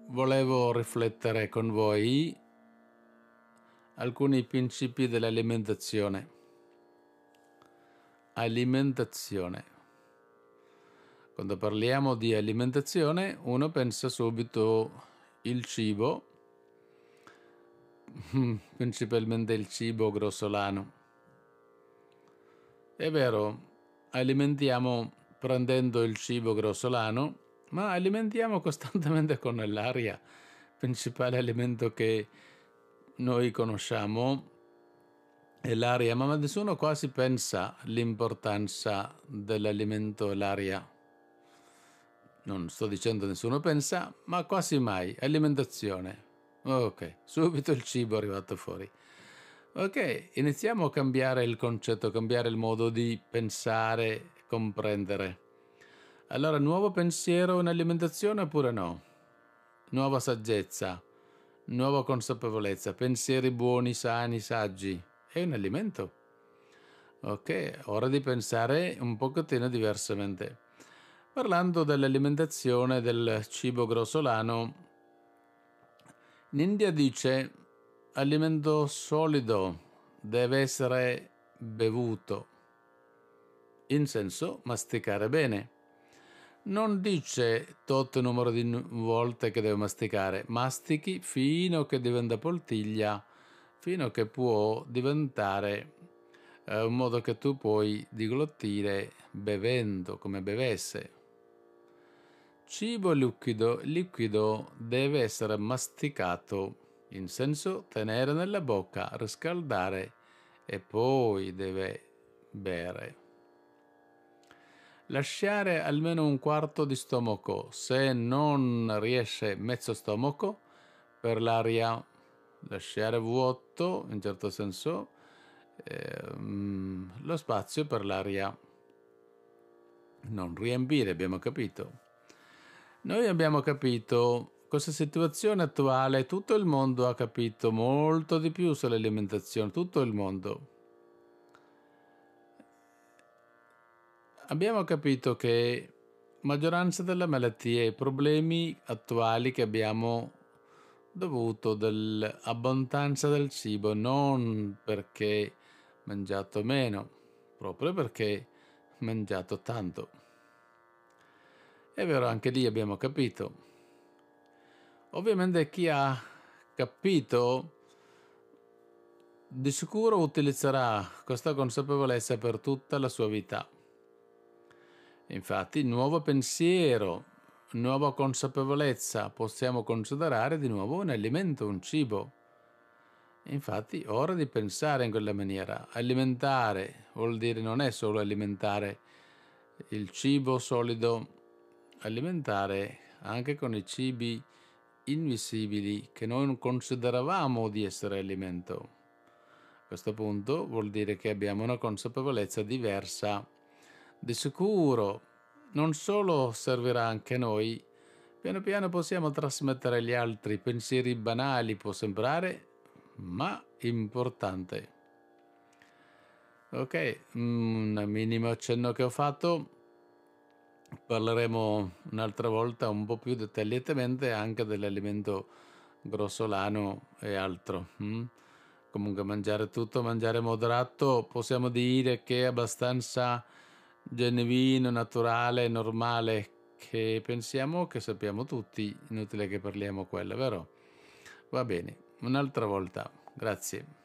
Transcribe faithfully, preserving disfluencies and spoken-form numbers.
volevo riflettere con voi alcuni principi dell'alimentazione. Alimentazione. Quando parliamo di alimentazione, uno pensa subito il cibo, principalmente il cibo grossolano. È vero, alimentiamo prendendo il cibo grossolano, ma alimentiamo costantemente con l'aria, principale alimento che noi conosciamo è l'aria, ma nessuno quasi pensa all'importanza dell'alimento e l'aria. Non sto dicendo nessuno pensa, ma quasi mai. Alimentazione. Ok, subito il cibo è arrivato fuori. Ok, iniziamo a cambiare il concetto, cambiare il modo di pensare, comprendere. Allora, nuovo pensiero in alimentazione oppure no? Nuova saggezza, nuova consapevolezza, pensieri buoni, sani, saggi. È un alimento. Ok, ora di pensare un pochettino diversamente. Parlando dell'alimentazione del cibo grossolano, in India dice alimento solido deve essere bevuto, in senso masticare bene. Non dice tot numero di volte che deve masticare, mastichi fino a che diventa poltiglia, fino a che può diventare eh, un modo che tu puoi diglottire bevendo, come bevesse. Cibo liquido, liquido deve essere masticato, in senso tenere nella bocca, riscaldare e poi deve bere. Lasciare almeno un quarto di stomaco, se non riesce mezzo stomaco, per l'aria. Lasciare vuoto, in certo senso, ehm, lo spazio per l'aria. Non riempire, abbiamo capito. Noi abbiamo capito questa situazione attuale, tutto il mondo ha capito molto di più sull'alimentazione, tutto il mondo. Abbiamo capito che maggioranza delle malattie e problemi attuali che abbiamo dovuto dell'abbondanza del cibo, non perché mangiato meno, proprio perché mangiato tanto. È vero, anche lì abbiamo capito. Ovviamente chi ha capito di sicuro utilizzerà questa consapevolezza per tutta la sua vita. Infatti, nuovo pensiero, nuova consapevolezza possiamo considerare di nuovo un alimento, un cibo. Infatti, ora di pensare in quella maniera. Alimentare vuol dire non è solo alimentare il cibo solido, alimentare anche con i cibi invisibili che noi non consideravamo di essere alimento. A questo punto vuol dire che abbiamo una consapevolezza diversa. Di sicuro non solo servirà anche a noi, piano piano possiamo trasmettere agli altri pensieri banali, può sembrare, ma importante. Ok, un minimo accenno che ho fatto, parleremo un'altra volta un po' più dettagliatamente anche dell'alimento grossolano e altro. Mm? Comunque mangiare tutto, mangiare moderato, possiamo dire che è abbastanza genuino, naturale, normale, che pensiamo che sappiamo tutti, inutile che parliamo quello, vero? Va bene, un'altra volta, grazie.